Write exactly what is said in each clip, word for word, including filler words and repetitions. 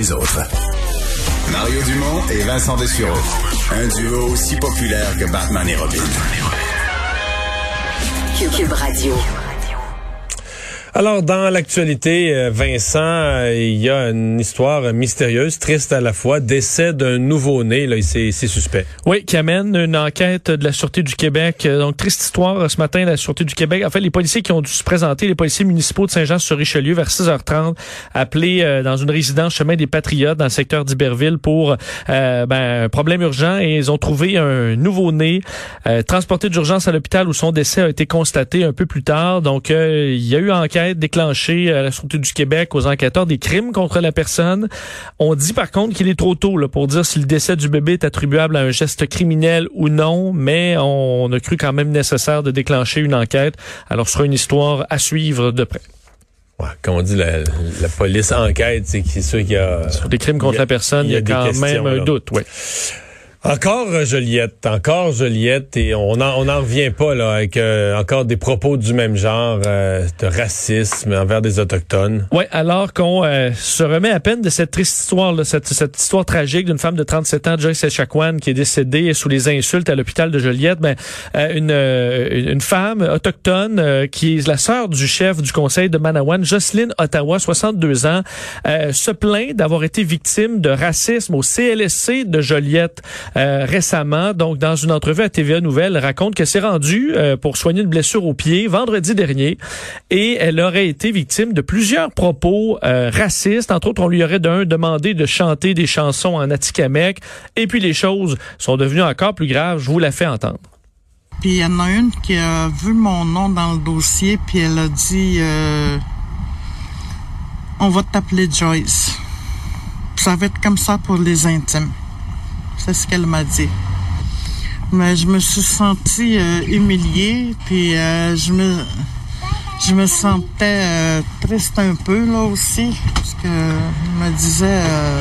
les autres. Mario Dumont et Vincent Dessureau. Un duo aussi populaire que Batman et Robin. Cube Radio. Alors, dans l'actualité, Vincent, il y a une histoire mystérieuse, triste à la fois, décès d'un nouveau-né, là, c'est, c'est suspect. Oui, qui amène une enquête de la Sûreté du Québec. Donc, triste histoire ce matin, la Sûreté du Québec. En fait, les policiers qui ont dû se présenter, les policiers municipaux de Saint-Jean-sur-Richelieu, vers six heures trente, appelés euh, dans une résidence chemin des Patriotes, dans le secteur d'Iberville, pour euh, ben, un problème urgent, et ils ont trouvé un nouveau-né euh, transporté d'urgence à l'hôpital où son décès a été constaté un peu plus tard. Donc, euh, il y a eu enquête déclenchée à la Sûreté du Québec aux enquêteurs des crimes contre la personne. On dit par contre qu'il est trop tôt là, pour dire si le décès du bébé est attribuable à un geste criminel ou non, mais on a cru quand même nécessaire de déclencher une enquête. Alors, ce sera une histoire à suivre de près. Ouais, comme on dit, la, la police enquête, c'est, c'est sûr qu'il y a... Sur des crimes contre il y a, la personne, il y a, il y a quand même un doute, oui. Encore Joliette, encore Joliette, et on en, on en revient pas là avec euh, encore des propos du même genre euh, de racisme envers des autochtones. Ouais, alors qu'on euh, se remet à peine de cette triste histoire, là, cette, cette histoire tragique d'une femme de trente-sept ans, Joyce Echaquan, qui est décédée sous les insultes à l'hôpital de Joliette. Ben, euh, une, euh, une femme autochtone euh, qui est la sœur du chef du conseil de Manawan, Jocelyne Ottawa, soixante-deux ans, euh, se plaint d'avoir été victime de racisme au C L S C de Joliette. Euh, récemment, donc dans une entrevue à T V A Nouvelles, raconte qu'elle s'est rendue euh, pour soigner une blessure au pied vendredi dernier, et elle aurait été victime de plusieurs propos euh, racistes. Entre autres, on lui aurait d'un demandé de chanter des chansons en Atikamekw, et puis les choses sont devenues encore plus graves. Je vous la fais entendre. Puis il y en a une qui a vu mon nom dans le dossier, puis elle a dit euh, on va t'appeler Joyce. Ça va être comme ça pour les intimes. C'est ce qu'elle m'a dit. Mais je me suis sentie euh, humiliée, puis euh, je me je me sentais euh, triste un peu là aussi, parce que je me disais euh,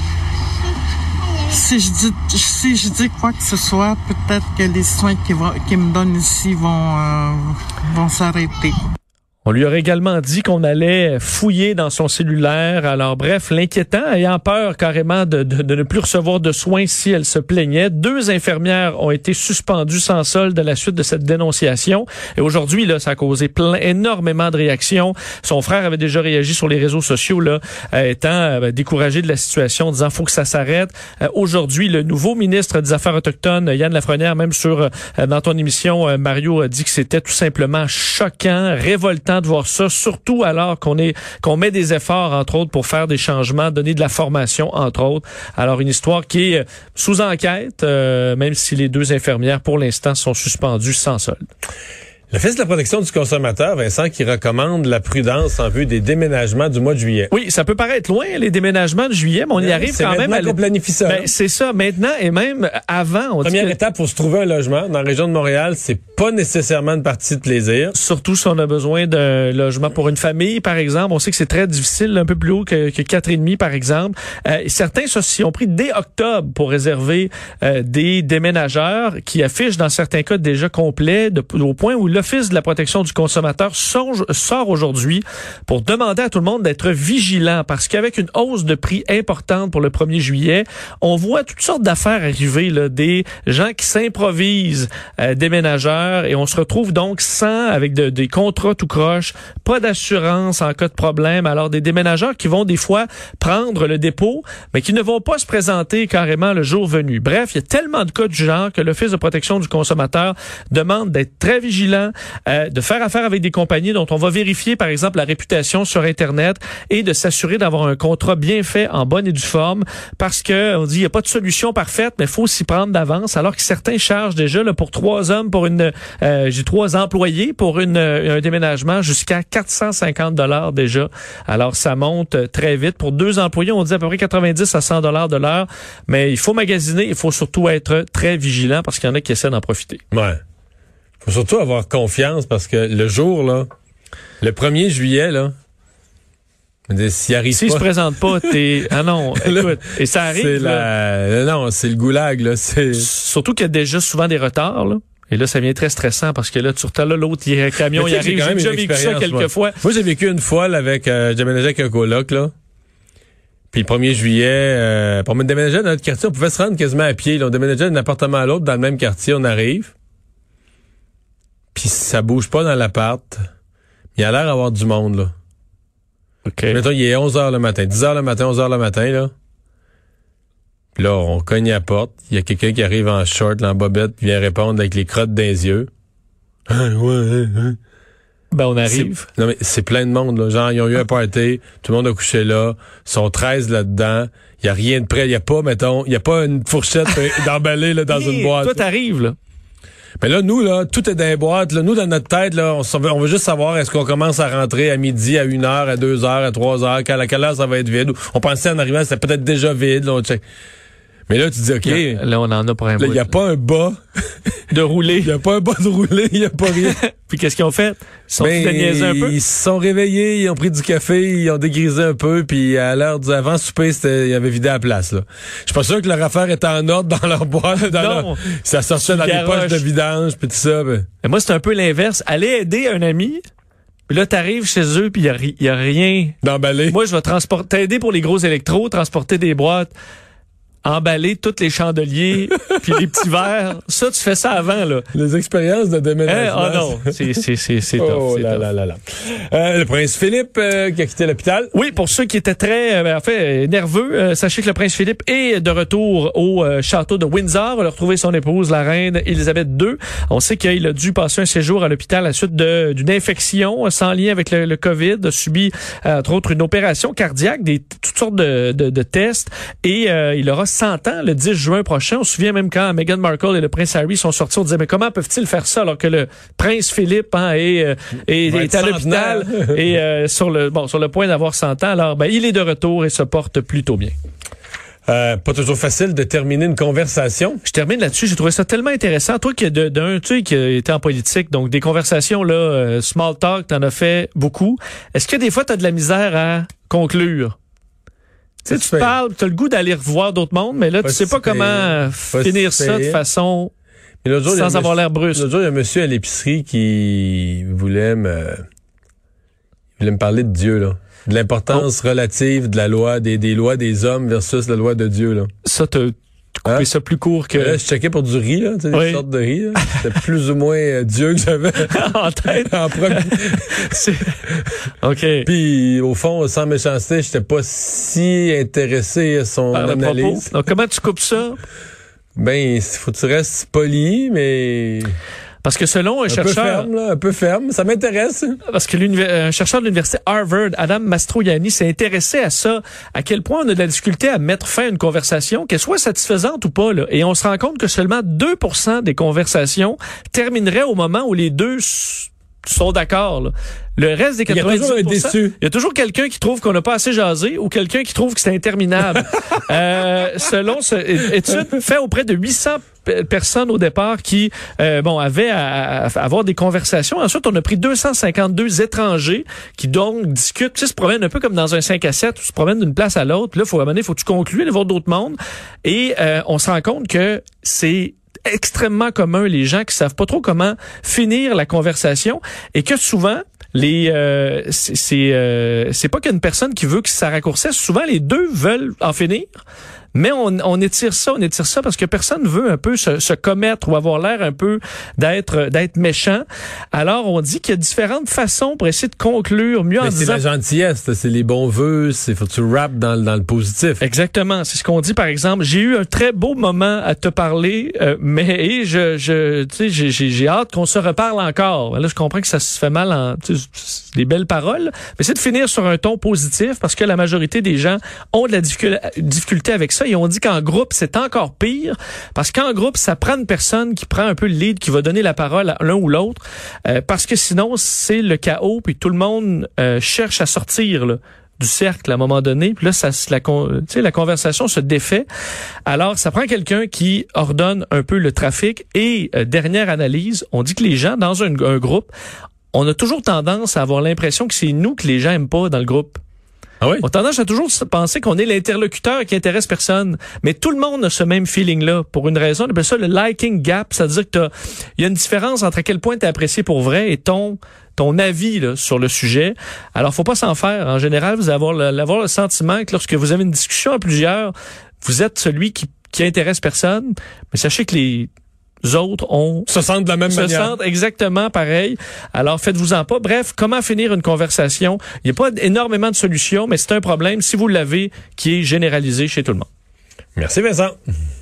si je dis si je dis quoi que ce soit, peut-être que les soins qu'ils qu'ils me donnent ici vont euh, vont s'arrêter. On lui aurait également dit qu'on allait fouiller dans son cellulaire. Alors bref, l'inquiétant, ayant peur carrément de, de, de ne plus recevoir de soins si elle se plaignait. Deux infirmières ont été suspendues sans solde à la suite de cette dénonciation. Et aujourd'hui, là, ça a causé plein, énormément de réactions. Son frère avait déjà réagi sur les réseaux sociaux, là, euh, étant euh, découragé de la situation, en disant faut que ça s'arrête. Euh, aujourd'hui, le nouveau ministre des Affaires autochtones, Yann Lafrenière, même sur euh, dans ton émission, euh, Mario, a dit que c'était tout simplement choquant, révoltant de voir ça, surtout alors qu'on est qu'on met des efforts, entre autres, pour faire des changements, donner de la formation, entre autres. Alors, une histoire qui est sous enquête, euh, même si les deux infirmières, pour l'instant, sont suspendues sans solde. L'Office de la protection du consommateur, Vincent, qui recommande la prudence en vue des déménagements du mois de juillet. Oui, ça peut paraître loin, les déménagements de juillet, mais on y arrive c'est quand même. C'est maintenant qu'on planifie ça. Ben, c'est ça, maintenant, et même avant. On Première dit que... étape, faut se trouver un logement. Dans la région de Montréal, c'est pas nécessairement une partie de plaisir. Surtout si on a besoin d'un logement pour une famille, par exemple. On sait que c'est très difficile, un peu plus haut que, que quatre et demi, par exemple. Euh, certains s'y ont pris dès octobre pour réserver euh, des déménageurs qui affichent, dans certains cas, déjà complets, de, au point où l'Office de la protection du consommateur songe, sort aujourd'hui pour demander à tout le monde d'être vigilant, parce qu'avec une hausse de prix importante pour le premier juillet, on voit toutes sortes d'affaires arriver, là, des gens qui s'improvisent euh, déménageurs, et on se retrouve donc sans, avec de, des contrats tout croche, pas d'assurance en cas de problème. Alors des déménageurs qui vont des fois prendre le dépôt, mais qui ne vont pas se présenter carrément le jour venu. Bref, il y a tellement de cas du genre que l'Office de protection du consommateur demande d'être très vigilant, euh, de faire affaire avec des compagnies dont on va vérifier, par exemple, la réputation sur Internet, et de s'assurer d'avoir un contrat bien fait, en bonne et due forme, parce que on dit il n'y a pas de solution parfaite, mais il faut s'y prendre d'avance, alors que certains chargent déjà là, pour trois hommes, pour une euh, j'ai trois employés pour une un déménagement jusqu'à quatre cent cinquante dollars déjà. Alors ça monte très vite. Pour deux employés, on dit à peu près quatre-vingt-dix à cent dollars de l'heure, mais il faut magasiner, il faut surtout être très vigilant, parce qu'il y en a qui essaient d'en profiter. Ouais. Faut surtout avoir confiance, parce que le jour, là, le premier juillet, là, s'il arrive S'il pas... se présente pas, t'es... Ah non, écoute, et ça arrive... C'est la... Non, c'est le goulag, là. C'est... Surtout qu'il y a déjà souvent des retards, là. Et là, ça devient très stressant, parce que là, tu retournes là, l'autre, il y a un camion, il arrive. J'ai déjà vécu ça quelques moi. fois. Moi, j'ai vécu une fois, là, avec... Euh, j'ai ménagé avec un coloc, là. Puis le premier juillet, euh, pour me déménager dans notre quartier, on pouvait se rendre quasiment à pied. Là. On déménageait d'un appartement à l'autre dans le même quartier, on arrive. Puis ça bouge pas dans l'appart. Il a l'air d'avoir du monde, là. OK. Mettons, il est onze heures le matin, dix heures le matin, onze heures le matin, là. Puis là, on cogne à la porte. Il y a quelqu'un qui arrive en short, là, en bobette, qui vient répondre avec les crottes dans les yeux. Ah, ouais, ouais. Ben, on arrive. C'est, non, mais c'est plein de monde, là. Genre, ils ont eu un party, tout le monde a couché là, ils sont treize là-dedans. Il y a rien de prêt. Il y a pas, mettons, il y a pas une fourchette d'emballée, là, dans Hey, une boîte. Toi, t'arrives, là. Mais là, nous, là, tout est dans les boîtes. Là. Nous, dans notre tête, là, on, veut, on veut juste savoir est-ce qu'on commence à rentrer à midi, à une heure, à deux heures, à trois heures, à quelle heure ça va être vide. On pensait en arrivant, c'était peut-être déjà vide. Là, on check. Mais là, tu dis, OK. Là, là, on en a pour un Là, bout. il n'y a pas un bas. De rouler. Il n'y a pas un bas de rouler, il n'y a pas rien. Puis qu'est-ce qu'ils ont fait? Ils sont Ben, tous niaiser un peu? Ils se sont réveillés, ils ont pris du café, ils ont dégrisé un peu, puis à l'heure du avant souper, c'était, ils avaient vidé la place, là. Je suis pas sûr que leur affaire était en ordre dans leur boîte, dans Non. leur, ça sortait dans les poches de vidange, puis tout ça. Ben. Mais moi, c'est un peu l'inverse. Aller aider un ami, puis là, t'arrives chez eux, puis il y a, ri- y a rien. D'emballer. Moi, je vais transporter, t'aider pour les gros électros, transporter des boîtes, emballer tous les chandeliers, puis les petits verres. Ça, tu fais ça avant, là. Les expériences de Hein? déménagement. Oh non, c'est, c'est, c'est, c'est tough. Oh c'est là tough. là là là. Euh, le prince Philippe euh, qui a quitté l'hôpital. Oui, pour ceux qui étaient très, euh, ben, en fait, euh, nerveux, euh, sachez que le prince Philippe est de retour au euh, château de Windsor. On a retrouvé son épouse, la reine Élisabeth deux. On sait qu'il a dû passer un séjour à l'hôpital à la suite de, d'une infection euh, sans lien avec le, le COVID, a subi, euh, entre autres, une opération cardiaque, des toutes sortes de, de, de tests, et euh, il aura cent ans le dix juin prochain. On se souvient même quand Meghan Markle et le prince Harry sont sortis, on disait, mais comment peuvent-ils faire ça alors que le prince Philippe hein, est, euh, est, est à l'hôpital et euh, sur le bon sur le point d'avoir cent ans. Alors, ben, il est de retour et se porte plutôt bien. Euh, pas toujours facile de terminer une conversation. Je termine là-dessus. J'ai trouvé ça tellement intéressant. Toi qui es de- d'un, tu sais, qui a été en politique, donc des conversations là, euh, small talk, t'en as fait beaucoup. Est-ce que des fois t'as de la misère à conclure? Tu sais, tu Pas si parles, tu as le goût d'aller revoir d'autres mondes, mais là, Pas tu sais si pas pire. comment Pas finir si ça de pire. façon Et l'autre jour, il y a un sans avoir monsieur- l'air brusque. L'autre jour, il y a un monsieur à l'épicerie qui voulait me, il voulait me parler de Dieu, là. De l'importance relative de la loi, des, des lois des hommes versus la loi de Dieu, là. Ça, t'as t'as coupé Hein? ça plus court que Là, je checkais pour du riz, là, tu sais, des Oui. sortes de riz, là. C'était plus ou moins euh, Dieu que j'avais en tête. en premier. C'est- OK. Puis, au fond, sans méchanceté, j'étais pas si intéressé à son Par le propos. analyse. Donc, comment tu coupes ça? Ben, il faut que tu restes poli, mais Parce que selon un, un peu chercheur, ferme, là, un peu ferme. Ça m'intéresse. parce que l'univers- un chercheur de l'université Harvard, Adam Mastroianni, s'est intéressé à ça, à quel point on a de la difficulté à mettre fin à une conversation, qu'elle soit satisfaisante ou pas, là. Et on se rend compte que seulement deux pour cent des conversations termineraient au moment où les deux s- sont d'accord, là. Le reste des Il y a toujours un quatre-vingt-dix pour cent, déçu. il y a toujours quelqu'un qui trouve qu'on n'a pas assez jasé ou quelqu'un qui trouve que c'est interminable. euh, selon ce étude faite auprès de huit cents pe- personnes au départ qui euh, bon avaient à, à avoir des conversations. Ensuite, on a pris deux cent cinquante-deux étrangers qui donc discutent, tu sais, se promènent un peu comme dans un cinq à sept, où se promènent d'une place à l'autre. Puis là, faut à un moment donné, faut que tu conclues, aller voir d'autres mondes. Et euh, on se rend compte que c'est extrêmement commun les gens qui savent pas trop comment finir la conversation et que souvent les euh, c'est c'est euh, c'est pas qu'une personne qui veut que ça raccourcisse, souvent les deux veulent en finir. Mais on, on étire ça, on étire ça parce que personne veut un peu se, se commettre ou avoir l'air un peu d'être d'être méchant. Alors on dit qu'il y a différentes façons pour essayer de conclure mieux en Mais c'est disant la gentillesse, c'est les bons vœux, c'est faut que tu rappes dans, le- dans le positif. exactement, c'est ce qu'on dit par exemple. J'ai eu un très beau moment à te parler, euh, mais et je, je, tu sais, j'ai, j'ai, j'ai hâte qu'on se reparle encore. Là, je comprends que ça se fait mal en, tu sais, c'est des belles paroles, mais c'est de finir sur un ton positif parce que la majorité des gens ont de la difficul- difficulté avec ça et on dit qu'en groupe c'est encore pire parce qu'en groupe ça prend une personne qui prend un peu le lead, qui va donner la parole à l'un ou l'autre, euh, parce que sinon c'est le chaos puis tout le monde euh, cherche à sortir là, du cercle à un moment donné, puis là ça se- la con- tu sais la conversation se défait. Alors ça prend quelqu'un qui ordonne un peu le trafic et euh, dernière analyse, on dit que les gens dans un, un groupe, on a toujours tendance à avoir l'impression que c'est nous que les gens aiment pas dans le groupe. Ah oui? On a tendance à toujours se penser qu'on est l'interlocuteur qui intéresse personne. Mais tout le monde a ce même feeling-là pour une raison. On appelle ça le liking gap. C'est-à-dire que t'as- il y a une différence entre à quel point tu es apprécié pour vrai et ton ton avis là, sur le sujet. Alors, faut pas s'en faire. En général, vous allez avoir le, avoir le sentiment que lorsque vous avez une discussion à plusieurs, vous êtes celui qui, qui intéresse personne. Mais sachez que les autres ont se sentent de la même se manière. sentent exactement pareil. Alors, faites-vous-en pas. Bref, comment finir une conversation? Il n'y a pas énormément de solutions, mais c'est un problème, si vous l'avez, qui est généralisé chez tout le monde. Merci Vincent.